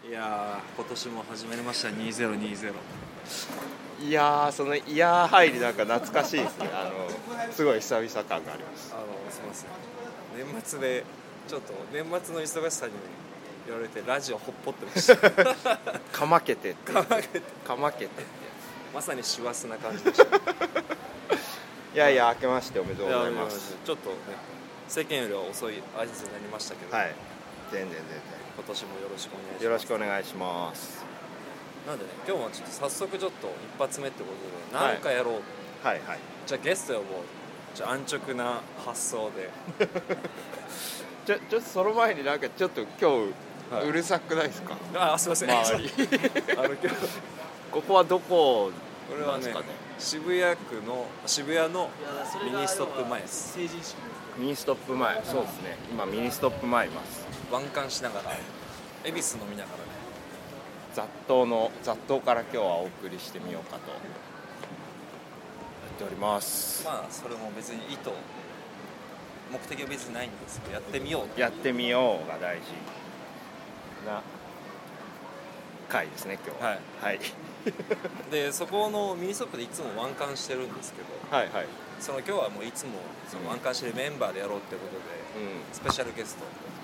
いやー、今年も始まりました2020。 いやー、そのイヤー入りなんか懐かしいですね。すごい久々感があります。 すみません、年末でちょっと年末の忙しさに言われてラジオほっぽってましたかまけてってかまけてまさに師走な感じでしたいやいや、明けましておめでとうございます。 ちょっとね、世間よりは遅い挨拶になりましたけど、 はい、全然今年もよろしくお願いします。 よろしくお願いします。 なんでね、今日はちょっと早速ちょっと一発目ってことで何かやろう、 はいはい。 じゃあゲスト呼ぼう。じゃあ安直な発想でちょっとその前になんかちょっと今日、うるさくないですか？ すいません周り今日ここはどここれはねなんですかね。 渋谷のミニストップ前です。 ミニストップ前、そうですね。今ミニストップ前います。 ワンカンしながら恵比寿飲みながらね、 雑踏から今日はお送りしてみようかとやっております。 まあそれも別に目的は別にないんですけど、やってみようやってみようが大事な回ですね今日は。 はいはいで、そこのミニストップでいつもワンカンしてるんですけど、 はいはい。 その今日はもういつもそのワンカンしてるメンバーでやろうってことで、スペシャルゲスト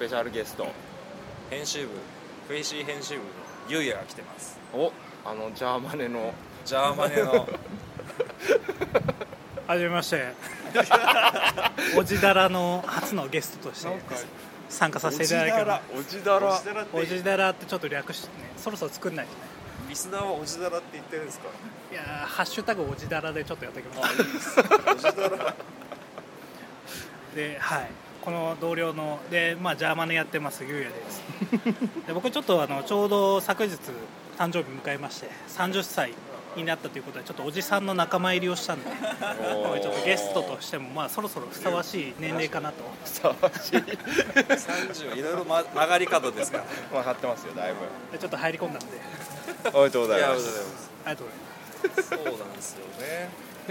編集部クレイシー編集部のゆうやが来てます。 ジャーマネのはじめましておじだらの初のゲストとして参加させていただきます。おじだらってちょっと略してね、そろそろ作んないとね。 リスナーはおじだらって言ってるんですか？ いやー、ハッシュタグおじだらでちょっとやっておきます。 いいですおじだらで、はい、この同僚ので、ジャーマネやってますゆうやですで、僕ちょっとちょうど昨日誕生日迎えまして30歳になったということで、ちょっとおじさんの仲間入りをしたんでちょっとゲストとしてもそろそろふさわしい年齢かなと。 ふさわしい 30いろいろ曲がり角ですから曲がってますよだいぶ。 ちょっと入り込んだんでおめでとうございます。 ありがとうございます。 そうなんですよね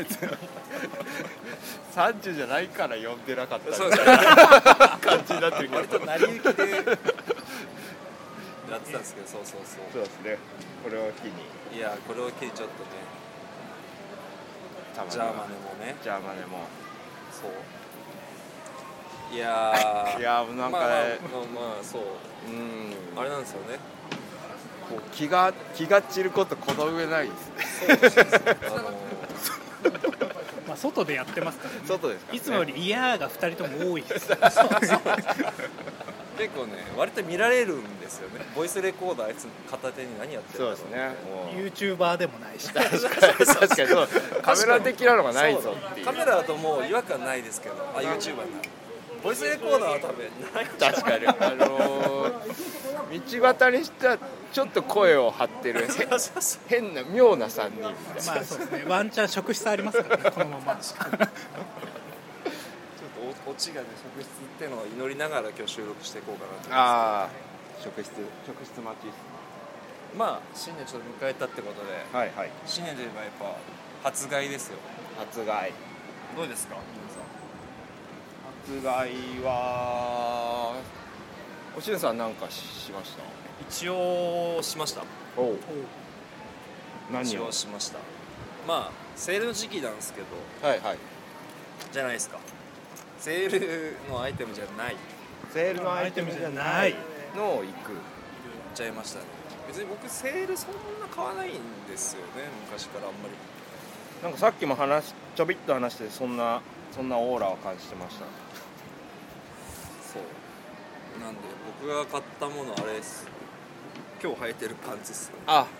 30じゃないから呼んでなかったそうみたいな感じになってるけど割と成り行きでやってたんですけど、そうそうですね。これを機にいや、これを機にちょっとね、ジャーマネもそういやーなんかそうあれなんですよね、 こう気が散ることこの上ないですね。 外でやってますからね。 外ですかね。 いつもよりイヤーが2人とも多いです結構ね、割と見られるんですよね。ボイスレコーダーあいつ片手に何やってるんだろう。 そうですね。 YouTuber でもないし確かにそう。カメラ的なのがないぞっていう。 カメラだともう違和感ないですけど、YouTuber になる。ボイスレコーダーは多分ない。 確かに道端にしてはちょっと声を張ってる変な妙な3人みたいな。 そうですね。ワンチャン職質ありますからね、このままちょっとオチがね、職質っていうのを祈りながら今日収録していこうかなと思います。 職質待ちですね。 新年ちょっと迎えたってことで、 はいはい。 新年といえばやっぱ初買いですよ。 初買いどうですか、 初買いはおしゅんさんなんかしました？ 一応しました。 何を？ 一応しました。セールの時期なんですけど、 はいはい。 じゃないですか。セールのアイテムじゃない。 セールのアイテムじゃないのを行く。 行っちゃいましたね。別に僕セールそんな買わないんですよね、昔からあんまり。 なんかさっきもちょびっと話してそんなオーラを感じてました。 そうなんで僕が買ったものあれです。今日履いてるパンツっす。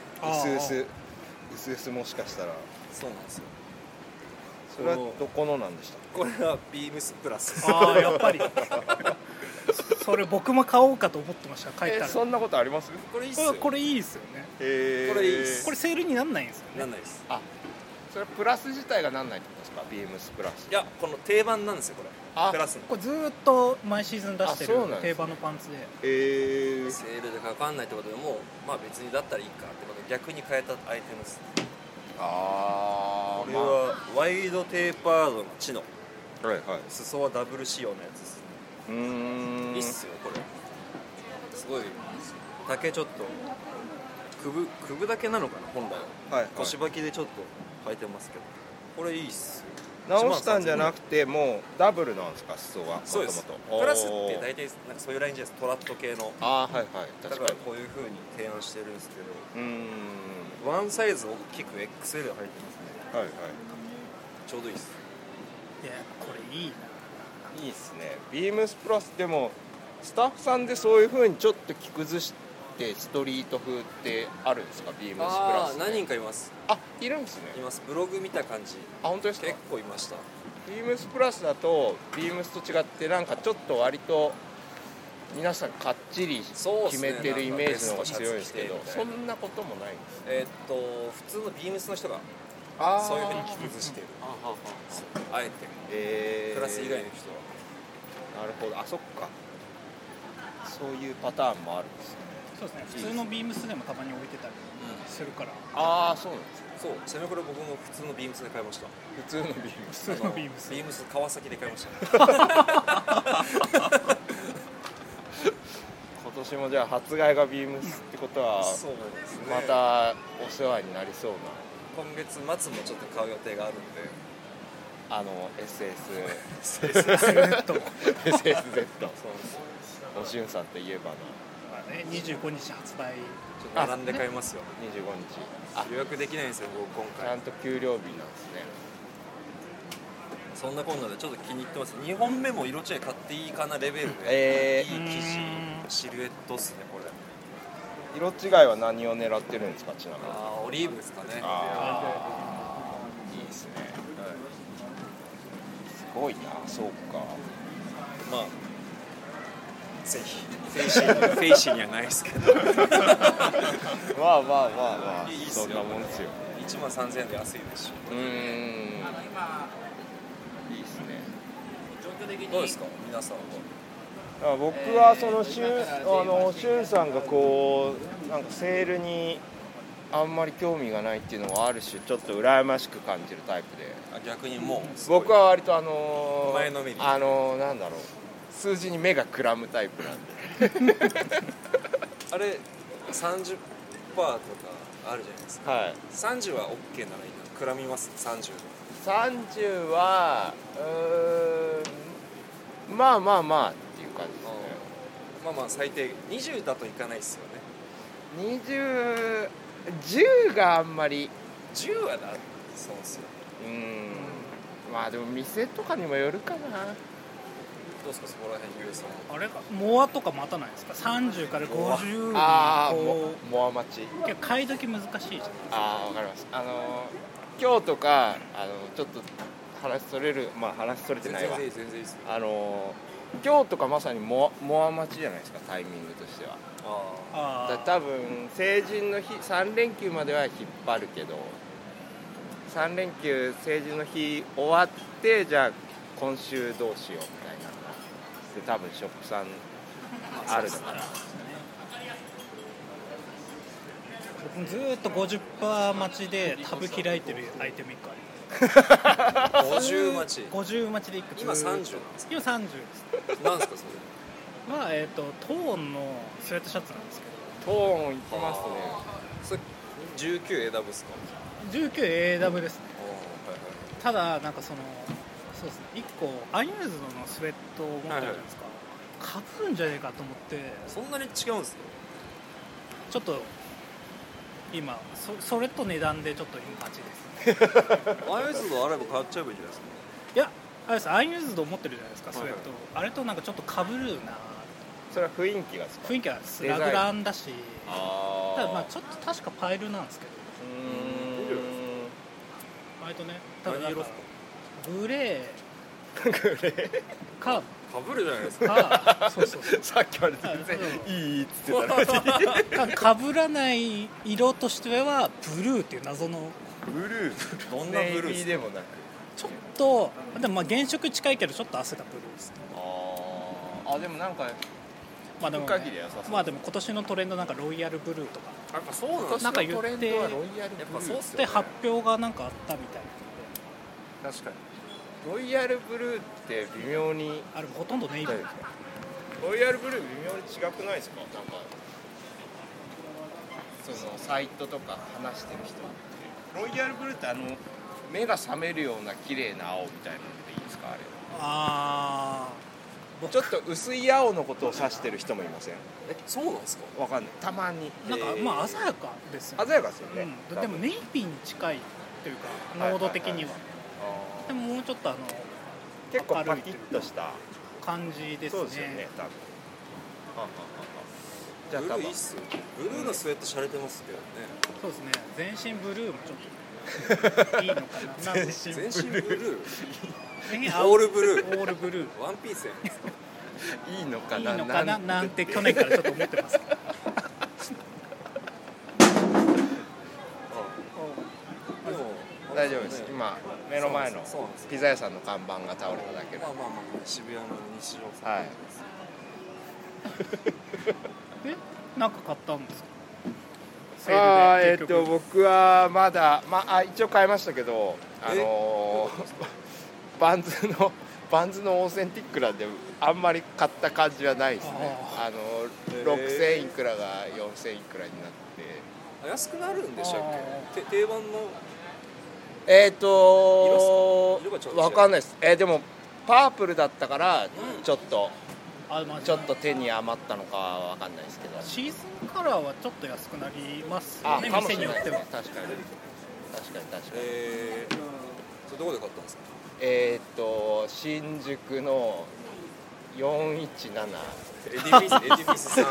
うすもしかしたら。 そうなんですよ。 それはどこのなんでした？ これはビームスプラス。 やっぱりそれ僕も買おうかと思ってました。書いたらそんなことあります？ これいいっすよね。これいいっす。これセールになんないんですよね。 なんないです。 それプラス自体がなんないってことですか？ビームスプラス。 いや、この定番なんですよ、これ。プラスのこれずーっと毎シーズン出してる定番のパンツで。 セールでかかんないってことでも別にだったらいいかってことで逆に変えたアイテムです。これはワイドテーパードのチノ。裾はダブル仕様のやつですね。いいっすよこれ。すごい竹ちょっとくぶだけなのかな本来は、 はいはい、 腰履きでちょっと履いてますけど、これいいっす。 直したんじゃなくてもうダブルなんですか裾は。 そうです。プラスって大体なんかそういうラインじゃないですか、トラット系の。 はいはい。 だからこういう風に提案してるんですけど、ワンサイズ大きく XL 入ってますね。はいはい。ちょうどいいっす。 いやこれいいな。 いいっすね。ビームスプラスでもスタッフさんでそういう風にちょっと着崩してストリート風ってあるんですか、ビームスプラス。 何人かいます。 いるんですね。 います。ブログ見た感じ。 本当ですか。 結構いました。 ビームスプラスだとビームスと違ってなんかちょっと割と皆さんかっちり決めてるイメージの方が強いですけど、そんなこともないんです。 普通のビームスの人がそういう風に着崩してる。あえて、クラス以外の人は。 なるほど。そっか。そういうパターンもあるんですね。 そうですね。普通のビームスでもたまに置いてたりするから。 そうなんですね。 そう、ちなみにこれ僕も普通のビームスで買いました。 普通のビームス。 ビームス川崎で買いました。 今年もじゃあ初買いがビームスってことは、そうですね、またお世話になりそうな。 今月末もちょっと買う予定があるんで、 SSZ おしゅんさんといえばの、 25日発売。 並んで買いますよ。 25日。 予約できないんですよ僕今回。 ちゃんと給料日なんですね。 そんなこんなでちょっと気に入ってます。2本目も色違い買っていいかなレベルで、いい生地、シルエットっすねこれ。 色違いは何を狙ってるんですか、ちなみに。 オリーブですかね。いいですね、すごいな。そうか。 まあぜひフェイシーにはないですけどまあいいっすよ。そんなもんですよ。 13,000円で安いですし。 いいですね。 どうですか皆さんは。僕はそのしゅんさんがこうなんかセールにあんまり興味がないっていうのはある種ちょっと羨ましく感じるタイプで。 逆にもう僕は割と前のめりなんだろう、数字に目がくらむタイプなんであれ 30% とかあるじゃないですか。 はい。 30は OK ならいいな。くらみます。 30はまあっていう感じですね。 まあ最低20だといかないですよね。 10があんまり。 10はそうっすよ。 まあでも店とかにもよるかな。 どうですかそこら辺、ゆうさん。 あれモアとか待たないですか。30から50にモア待ち。 結構買い時難しいじゃないですか。 わかります。今日とかちょっと話それてないわ。 全然いいです。 今日とかまさにモア待ちじゃないですか、タイミングとしては。多分成人の日3連休までは引っ張るけど、3連休成人の日終わってじゃあ今週どうしようみたいなで多分ショップさんあるのかな。 僕ずーっと 50% 待ちでタブ開いてるアイテム1個あります。 50待ち。 50待ちで1個。 今30なんですか。 今30です。 なんですかそれ。 まあトーンのスウェットシャツなんですけど。トーンいきますね。 それ 19AW ですか。 19AW ですね。ただなんかそうですね、1個アンユーズドのスウェットを持ってるじゃないですか。かぶるんじゃねえかと思って。 そんなに違うんですか。 ちょっと今それと値段でちょっと今待ちです。 アンユーズドあれば買っちゃえばいいじゃないですか。 いやあれです、アンユーズド持ってるじゃないですかスウェット、あれとなんかちょっとかぶるな。 それは雰囲気がですか。 雰囲気はラグランだし、ただまあちょっと確かパイルなんですけど。割とね、ただなんかグレーかぶるじゃないですか。 そうさっきまで全然いいっつってたのにかぶらない色としてはブルーっていう謎の。 ブルー。 どんなブルーでもなくちょっとでもまあ原色近いけどちょっと汗たブルーですね。 でもなんかまあでも、 限りはさまあでも今年のトレンドなんかロイヤルブルーとかやっぱそうなんです。 なんか言って、やっぱそうっすよね。 で発表がなんかあったみたいな。確かにロイヤルブルーって微妙にほとんどネイビー。 ロイヤルブルー微妙に違くないですか。なんかそのサイトとか話してる人ってロイヤルブルーって目が覚めるような綺麗な青みたいなのでいいですか？あれちょっと薄い青のことを指してる人もいません？ そうなんですか？ わかんない、たまになんかまあ鮮やかですよね。 鮮やかですよね、 でもネイビーに近いというか濃度的には、でももうちょっと結構パキッとした感じですね。 そうですよね、多分。 じゃあブルーいいっすよ。ブルーのスウェット洒落てますけどね。 そうですね。全身ブルーもちょっといいのかな。 全身ブルー。 オールブルー。オールブルー。 ワンピースやんですか。 いいのかな。いいのかななんて去年からちょっと思ってます。 大丈夫です。今目の前のピザ屋さんの看板が倒れただけで。 まあ渋谷の日常さん。はい。 なんか買ったんですか？ 僕はまだ一応買いましたけど、バンズのオーセンティックなんであんまり買った感じはないですね。6000いくらが4000いくらになって安くなるんでしたっけ？定番のわかんないです。でもパープルだったからちょっと手に余ったのかわかんないですけど、 シーズンカラーはちょっと安くなりますよね、店によっては。 確かにそれどこで買ったんですか？ 新宿の417 エディフィスさん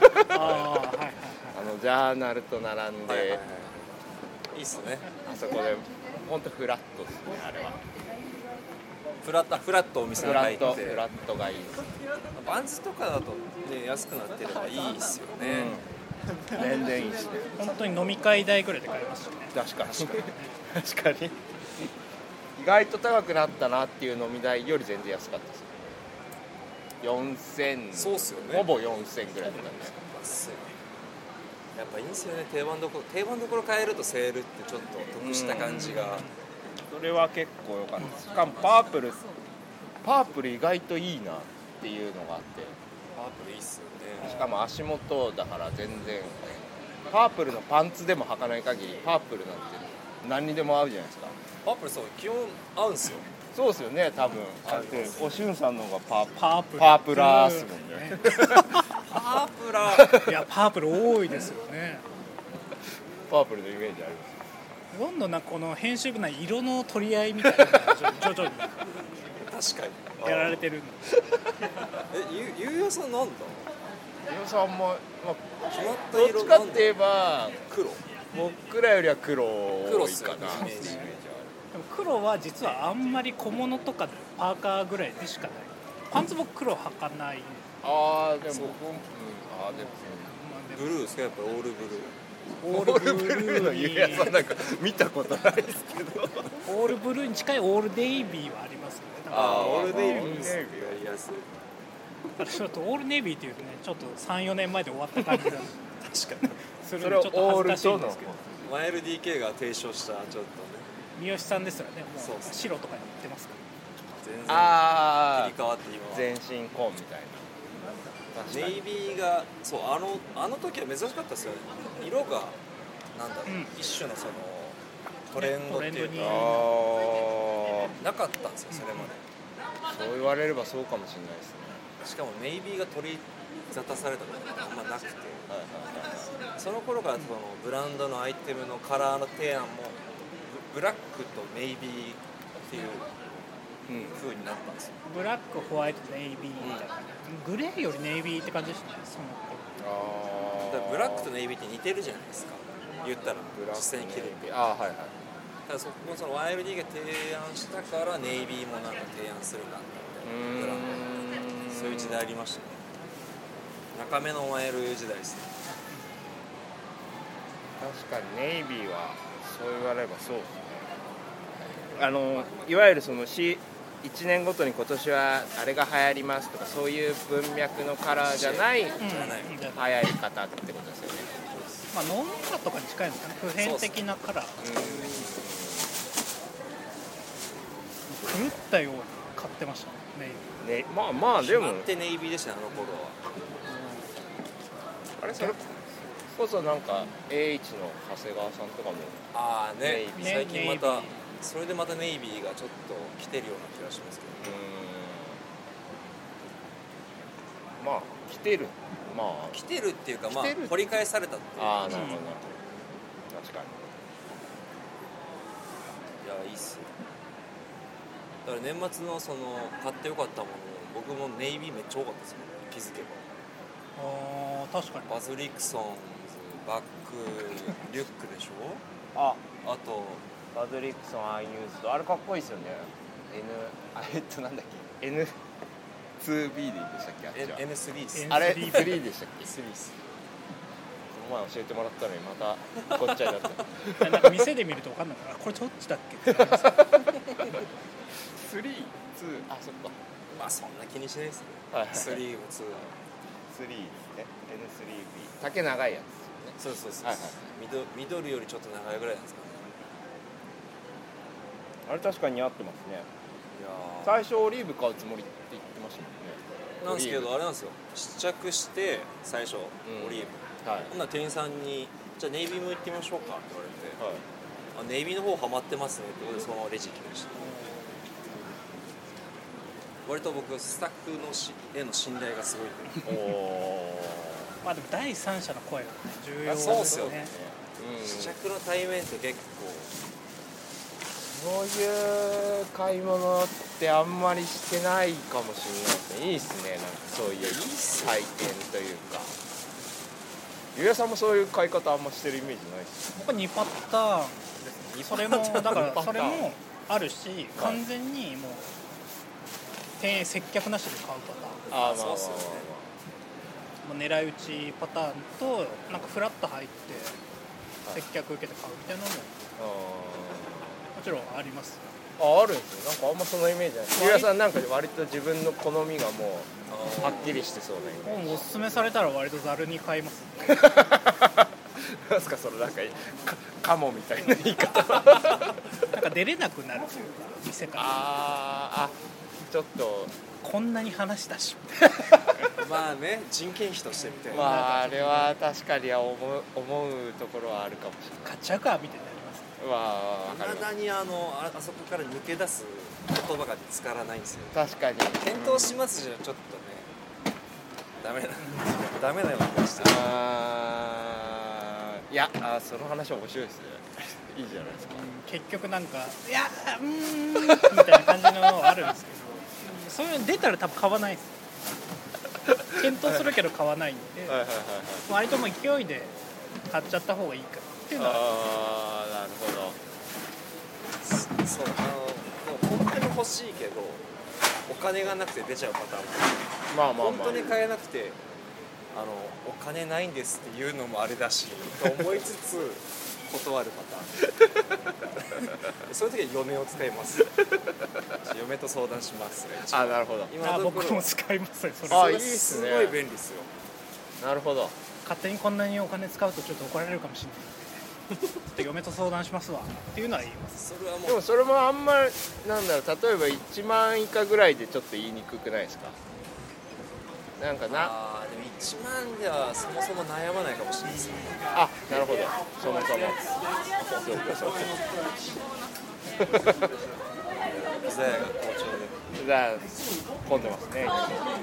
ジャーナルと並んで、 いいっすね。 あそこで本当フラットですね。あれはフラットお店に入ってフラットがいいです。 バンズとかだと、ね、安くなってればいいですよね、 全然いいですね。 本当に飲み会代ぐらいで買いましたね。 確かに意外と高くなったなっていう飲み代より全然安かったです。4000、 そうっすよね、 ほぼ4000ぐらいだったんですよ。 やっぱいいんですよね。定番どころ変えるとセールってちょっと得した感じが、 それは結構良かったです。しかもパープル意外といいなっていうのがあって、 パープルいいっすよね。 しかも足元だから全然パープルのパンツでも履かない限りパープルなんて何にでも合うじゃないですか。 パープルそう基本合うんすよ。 そうですよね、多分。おしゅんさんの方がパープラーっすもんね。 パープラーいやパープル多いですよね。 パープルのイメージあります。 どんどんこの編集部内色の取り合いみたいなのが徐々に確かにやられてる。 ゆうやさんなんだ？ ゆうやさんも、 決まったどっ色ちかって言えば黒。 僕らよりは黒多いかな。 でも黒は実はあんまり小物とかパーカーぐらいでしかない。パンツ僕黒履かない。 でも僕ブルーですか？やっぱオールブルー。 オールブルーのゆうやさんなんか見たことないですけど。 オールブルーに近いオールネイビーはありますよね。 オールネイビーですね。やりやすい。 ちょっとオールネイビーっていうとね、ちょっと 3,4 年前で終わった感じが確かにするんでちょっと恥ずかしいんですけど。 マイル DK が提唱したちょっとね。 三好さんですらね、もう白とかに言ってますから。 全然切り替わって今は全身紺みたいな。ネイビーがそうあの時は珍しかったですよね。色がなんだろう、一種のそのトレンドっていうか、なかったんですよそれまで。 そう言われればそうかもしれないですね。 しかもネイビーが取り沙汰されたことがあんまなくて、その頃からそのブランドのアイテムのカラーの提案もブラックとネイビーっていう風になったんですよ。 ブラック、ホワイト、ネイビーみたいな、グレーよりネイビーって感じでしたね、その頃。だからブラックとネイビーって似てるじゃないですか、言ったら実際に着るって。 はいはい。 ただその YLD が提案したからネイビーもなんか提案するなみたいなブランド、そういう時代ありましたね。中目の YL 時代ですね。 確かにネイビーはそう言われればそうですね。いわゆるその1年ごとに今年はあれが流行りますとかそういう文脈のカラーじゃない流行り方ってことですよね。 ノーマカとかに近いんですかね、普遍的なカラー。狂ったように買ってましたね、ネイビー。 まあでも決まってネイビーでしたね、あの頃は。 あれそこそなんか A1 の長谷川さんとかもね、最近またそれでまたネイビーがちょっと来てるような気がしますけど、 まあ来てるっていうか、まあ掘り返されたっていう。 なるほどなるほど、確かに。 いや、いいっすよ。だから年末のその買ってよかったもの、僕もネイビーめっちゃ多かったですよ、気づけば。 確かに。 バズリクソンズ、バック、リュックでしょ。 あとバズリクソン、アンユーズド、あれかっこいいですよね。なんだっけ、N2B でしたっけ、あっちは N3 です。 あれ3でしたっけ。 3です。 この前教えてもらったのにまたこっちゃになった。 なんか店で見ると分かんないから、これどっちだっけって3、2、 あ、そっか。 まあそんな気にしないですね。 はい、 3、2、3 ね、N3B、丈長いやつですよね。そう、はいはい、ミドルよりちょっと長いぐらいなんですかね。 あれ確かに似合ってますね。 いや最初オリーブ買うつもりって言ってましたもんね。 なんですけど、あれなんですよ、試着して最初、オリーブ、ほんなら店員さんにじゃあネイビーも行ってみましょうかって言われて、ネイビーの方ハマってますねってことでそのままレジ行きました。割と僕スタッフのへの信頼がすごいんでまあでも第三者の声が重要ですよね。そうですよね。試着の対面って結構そういう買い物ってあんまりしてないかもしれないですね。いいっすね、なんかそういう体験というか。ゆうやさんもそういう買い方あんましてるイメージないっす。 僕は2パターンですね。それもだからそれもあるし、完全にもう接客なしで買うパターン。 そうっすよね。 もう狙い撃ちパターンと、なんかフラッと入って接客受けて買うみたいなのももちろんあります。 あるんですよ。なんかあんまそのイメージない。ゆうやさんなんか割と自分の好みがもうはっきりしてそうなイメージ。 もうおすすめされたら割とざるに買います。 なんすかそのなんかカモみたいな言い方。 なんか出れなくなるというか店から。 ちょっとこんなに話したし。 まあね、人件費としてみたいな。 まああれは確かに思うところはあるかもしれない。 買っちゃうかみたいな。 未だにあそこから抜け出す言葉が見つからないんですよ。 確かに検討しますじゃちょっとねダメなような気がして。 いやその話面白いですね。いいじゃないですか。 結局なんかいやみたいな感じのあるんですけど、そういうの出たら多分買わないです。検討するけど買わないんで、割ともう勢いで買っちゃった方がいいかっていうのは。 なるほど。 そうもう本当に欲しいけどお金がなくて出ちゃうパターンも、本当に買えなくてお金ないんですっていうのもあれだしと思いつつ断るパターン。そういう時は嫁を使います。嫁と相談します。 なるほど。 僕も使いますね。 それいいっすね。 すごい便利ですよ。 なるほど。 勝手にこんなにお金使うとちょっと怒られるかもしれない嫁と相談しますわっていうのは言います。 それはもうでもそれもあんまなんだろう、例えば1万以下ぐらいでちょっと言いにくくないですか。なんかでも 1万ではそもそも悩まないかもしれないですね。 なるほど。そもそもそうかピザ屋が好調でピザ混んでますね。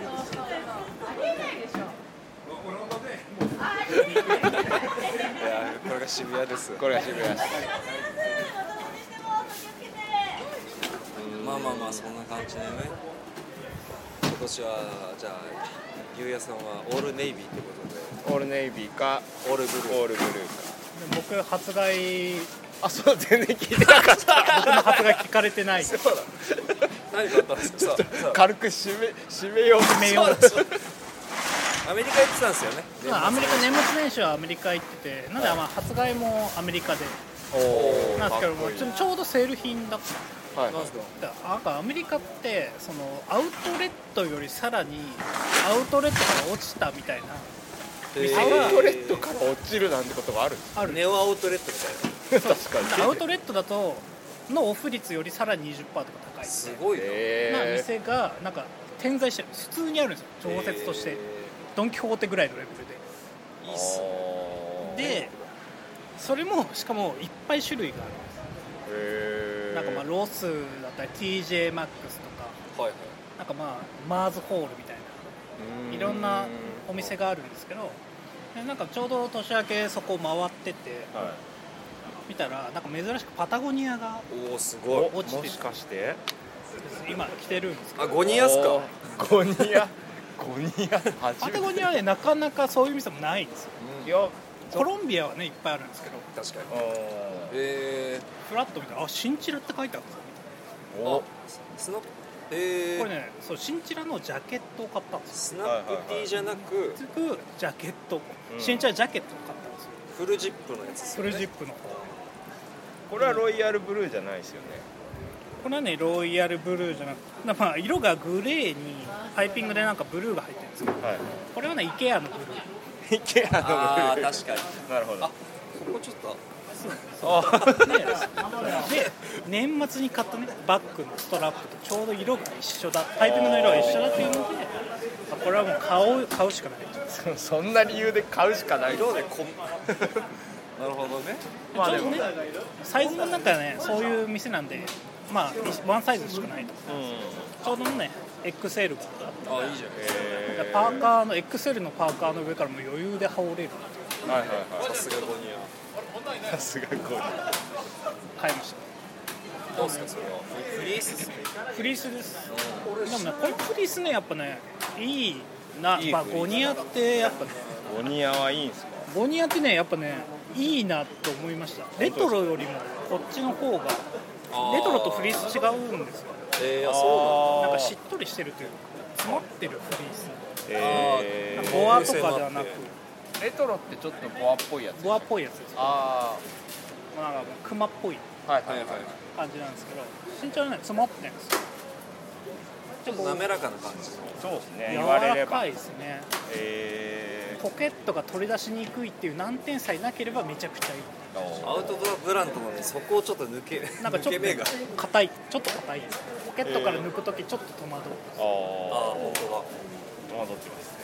これが渋谷です。 これが渋谷です。 まあそんな感じでね。今年はじゃあゆうやさんはオールネイビーってことで。 オールネイビーかオールブルー。 僕発売そう全然聞いてなかった。 僕の発売聞かれてない。 そうだ。何買ったんですか。 軽く締めよう。 アメリカ行ってたんですよね。 アメリカ年末年始はアメリカ行ってて、なんで発売もアメリカでなんですけども、ちょうどセール品だった。なんかアメリカってそのアウトレットよりさらにアウトレットから落ちたみたいな店がアウトレットから落ちるなんてことがある。 ネオアウトレットみたいな。 確かに。 アウトレットだとのオフ率よりさらに 20% とか高い。 すごいな店がなんか点在してる、普通にあるんですよ、常設として。ドン・キホーテぐらいのレベルで。 いいっすね。 でそれもしかもいっぱい種類があるんです。なんかまあロスだったり TJ マックスとか、はいはい、なんかまあマーズホールみたいないろんなお店があるんですけど、なんかちょうど年明けそこを回ってて、はい、見たらなんか珍しくパタゴニアがすごい落ちてて、 もしかして今着てるんですけど、 ゴニアっすか？ ゴニアパタゴニアはねなかなかそういう店もないんですよ。いやコロンビアはねいっぱいあるんですけど、 確かにフラット見たらシンチラって書いてあるんですよみたいな。 スナップこれね、そうシンチラのジャケットを買ったんですよ。 スナップ T じゃなくジャケット、シンチラジャケットを買ったんですよ。 フルジップのやつですよね。 フルジップの方。 これはロイヤルブルーじゃないですよね。 これはねロイヤルブルーじゃなくて、まあ、色がグレーにパイピングでなんかブルーが入ってるんですけど、はい、これはね IKEA のブルー。 IKEA のブルー。 あー確かに。 なるほど。 あ、ここちょっとで年末に買ったねバッグのストラップとちょうど色が一緒だ、パイピングの色が一緒だっていうので、これはもう買うしかない。 そんな理由で買うしかない。 色でなるほどね。 まあでもね、サイズの中はねそういう店なんで、まあワンサイズしかないと、ちょうどね XL があいいじゃん。 パーカーの XL のパーカーの上からも余裕で羽織れる。 はいはいはい。 さすがゴニア。さすがゴニア。 買いました。 どうですかそれは？フリースですね。 フリースです。でもねこれフリースねやっぱねいいな。まあゴニアってやっぱね。 ゴニアはいいんですか？ ゴニアってねやっぱねいいなと思いました。レトロよりもこっちの方がレトロとフリース違うんですよ。 そうなんかしっとりしてるというか詰まってるフリース。ボアとかではなく。 レトロってちょっとボアっぽいやつ。 ボアっぽいやつです。なんかクマっぽい感じなんですけど、身長はね詰まってるんですよ。 ちょっと滑らかな感じ。 そうですね。 柔らかいですね。ポケットが取り出しにくいっていう難点さえなければめちゃくちゃいい。 アウトドアブランドなのにそこをちょっと抜けなんかちょっと硬い、ちょっと硬いです。ポケットから抜くときちょっと戸惑う。 本当だ。 戸惑ってますね。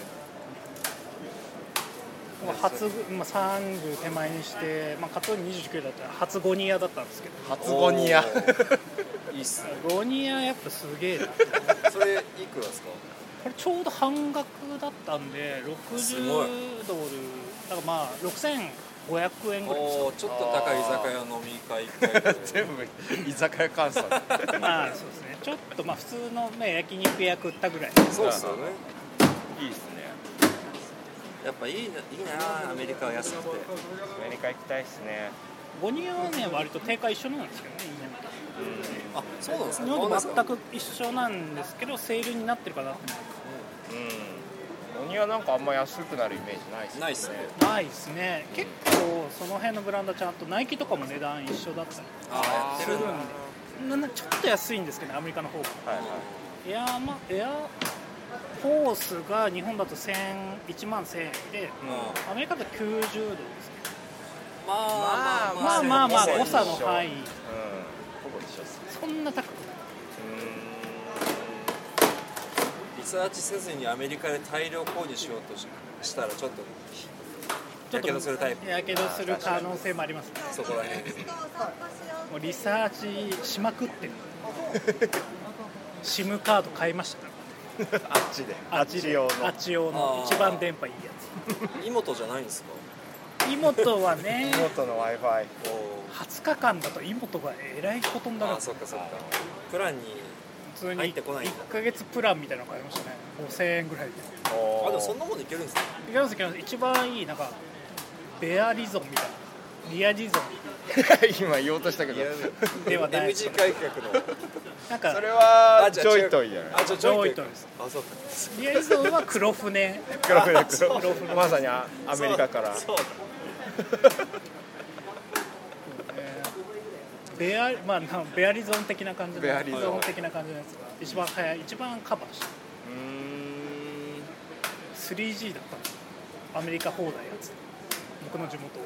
30手前にして、カツオ29だったら初ゴニアだったんですけど。 初ゴニアいいっすね。 ゴニアやっぱすげえな。 それいくらですか？ これちょうど半額だったんで$60だからまあ6500円ぐらいです。 ちょっと高い居酒屋飲み会全部居酒屋換算まあそうですね。ちょっと普通のね焼肉屋食ったぐらい。 そうですよね。 いいですね。 やっぱいいなアメリカは安くて。 アメリカ行きたいですね。 ゴニアはね割と定価一緒なんですけどね。 あ、そうなんですか。 日本と全く一緒なんですけどセールになってるかなってないか。 ゴニアなんかあんま安くなるイメージないですね。 ないですね。結構その辺のブランドちゃんとナイキとかも値段一緒だったりするんで、ちょっと安いんですけどアメリカの方が。エアフォースが日本だと1万1000円で、アメリカだと90ドルですね。まあ誤差の範囲。そんな高くない。 リサーチせずにアメリカで大量購入しようとしたらちょっとやけどするタイプ。 やけどする可能性もありますね。 そこら辺もうリサーチしまくってる。SIM カード買いましたから。あっち用の一番電波いいやつ。妹じゃないんですか？ 妹はね妹の Wi-Fi 20日間だと妹がえらいことになる。 そっかプランに入ってこない。 1ヶ月プランみたいなの買いましたね。5000円ぐらいで。 でもそんなもんいけるんですか？ いけます。一番いいなんかベアリゾンみたいなリアリゾン今言おうとしたけどではない。 MG 改革のなんかそれはジョイトイじゃない。 ジョイトイです。 そうか。 リアリゾンは黒船まさにアメリカからそうだベアリゾン的な感じのベアリゾン的な感じのやつが一番早い、一番カバーした。3G だったんですよ。アメリカ放題やつ。僕の地元。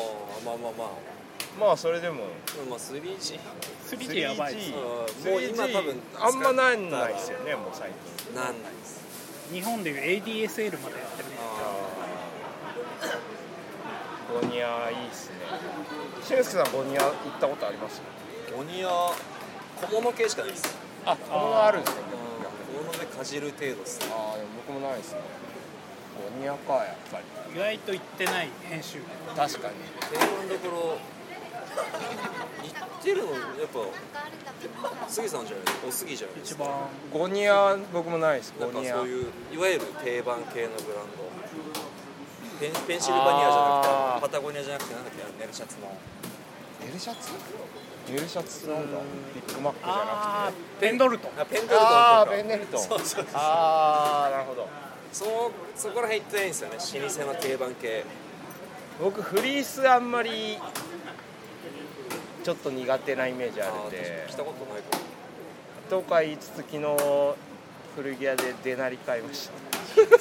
まあそれでも 3G やばいです。 もう今多分あんまなんないですよね。もう最近なんないです。 日本でいう ADSL までやってる。 ゴニアいいっすね。俊介さんゴニア行ったことあります？ ゴニア小物系しかないです。 あ、小物あるんですね。 小物でかじる程度ですね。 でも僕もないですね。ゴニアか、やっぱり意外と行ってない編集。 確かに定番どころ行ってるのやっぱ杉さんじゃないですか。お杉じゃないですか。 一番ゴニア僕もないです。ゴなんかニアそういういわゆる定番系のブランド、ペンシルバニアじゃなくてパタゴニアじゃなくてなんだっけ、ネルシャツのネルシャツなんだ。ビッグマックじゃなくてペンドルトン。 ペンドルトンとかペンネルトン。 そうそうなるほど。 そこら辺行ってないんですよね。老舗の定番系。 僕フリースあんまりちょっと苦手なイメージあるんで、 着たことないかも。 とか言いつつ昨日古着屋でデナリ買いました。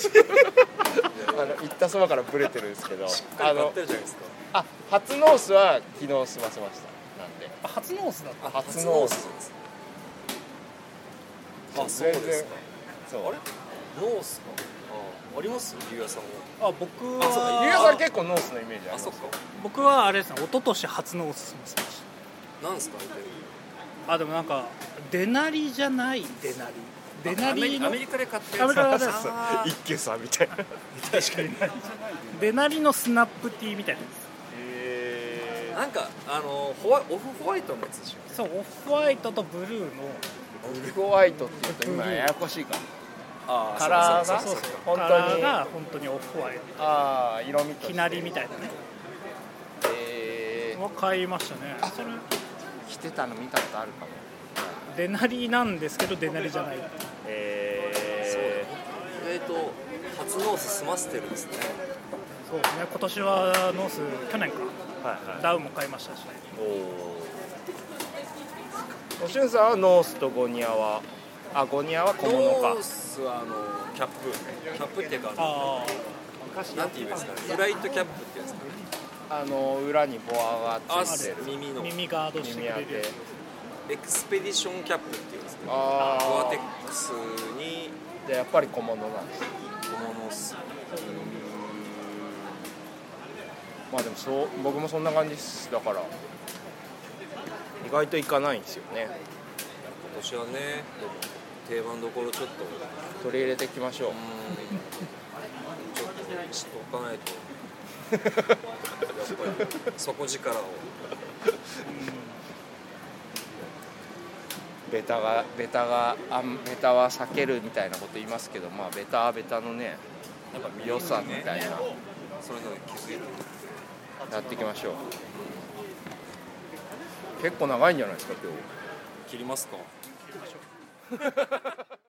行ったそばからブレてるんですけど、 しっかり買ってるじゃないですか。 初ノースは昨日済ませました。なんで初ノースだった。 初ノースです。 そうですか。 そうあれノースか。ありますゆうやさん僕はゆうやさん結構ノースのイメージあります。 そっか。 僕はあれですね、一昨年初ノースしました。 なんですか。 でもなんかデナリじゃないデナリのアメリカで買ったやつ。 アメリカで一休さんみたいな。 確かに。 デナリのスナップティーみたいなやつ。 なんかオフホワイトのやつでしょ。 そう、オフホワイトとブルーの。 オフホワイトって言うと今ややこしいか。カラーがそう本当にカラーが本当にオフホワイト。 色味ときなりみたいなね。買いましたね。それ着てたの見たことあるかも。 デナリなんですけどデナリじゃない。 そう意外と初ノース済ませてるんですね。 そうですね。今年はノース去年か、ダウンも買いましたし。 おしゅんさんはノースとゴニアはゴニアは小物か。 ノースはキャップっていうかなんて言うんですかね。フライトキャップっていうんですかね。 裏にボアがついてる耳ガードしてくれるやつ。 エクスペディションキャップっていうんですけど、ゴアテックスにでやっぱり小物なんです。 小物っす。 でも僕もそんな感じです。だから意外といかないんですよね。 今年はね、定番どころちょっと取り入れていきましょう。 ちょっと知っておかないとやっぱり底力をベタは避けるみたいなこと言いますけど、ベタはベタのね、やっぱ良さみたいな、 それぞれ気づいてやっていきましょう。結構長いんじゃないですか今日。 切りますか。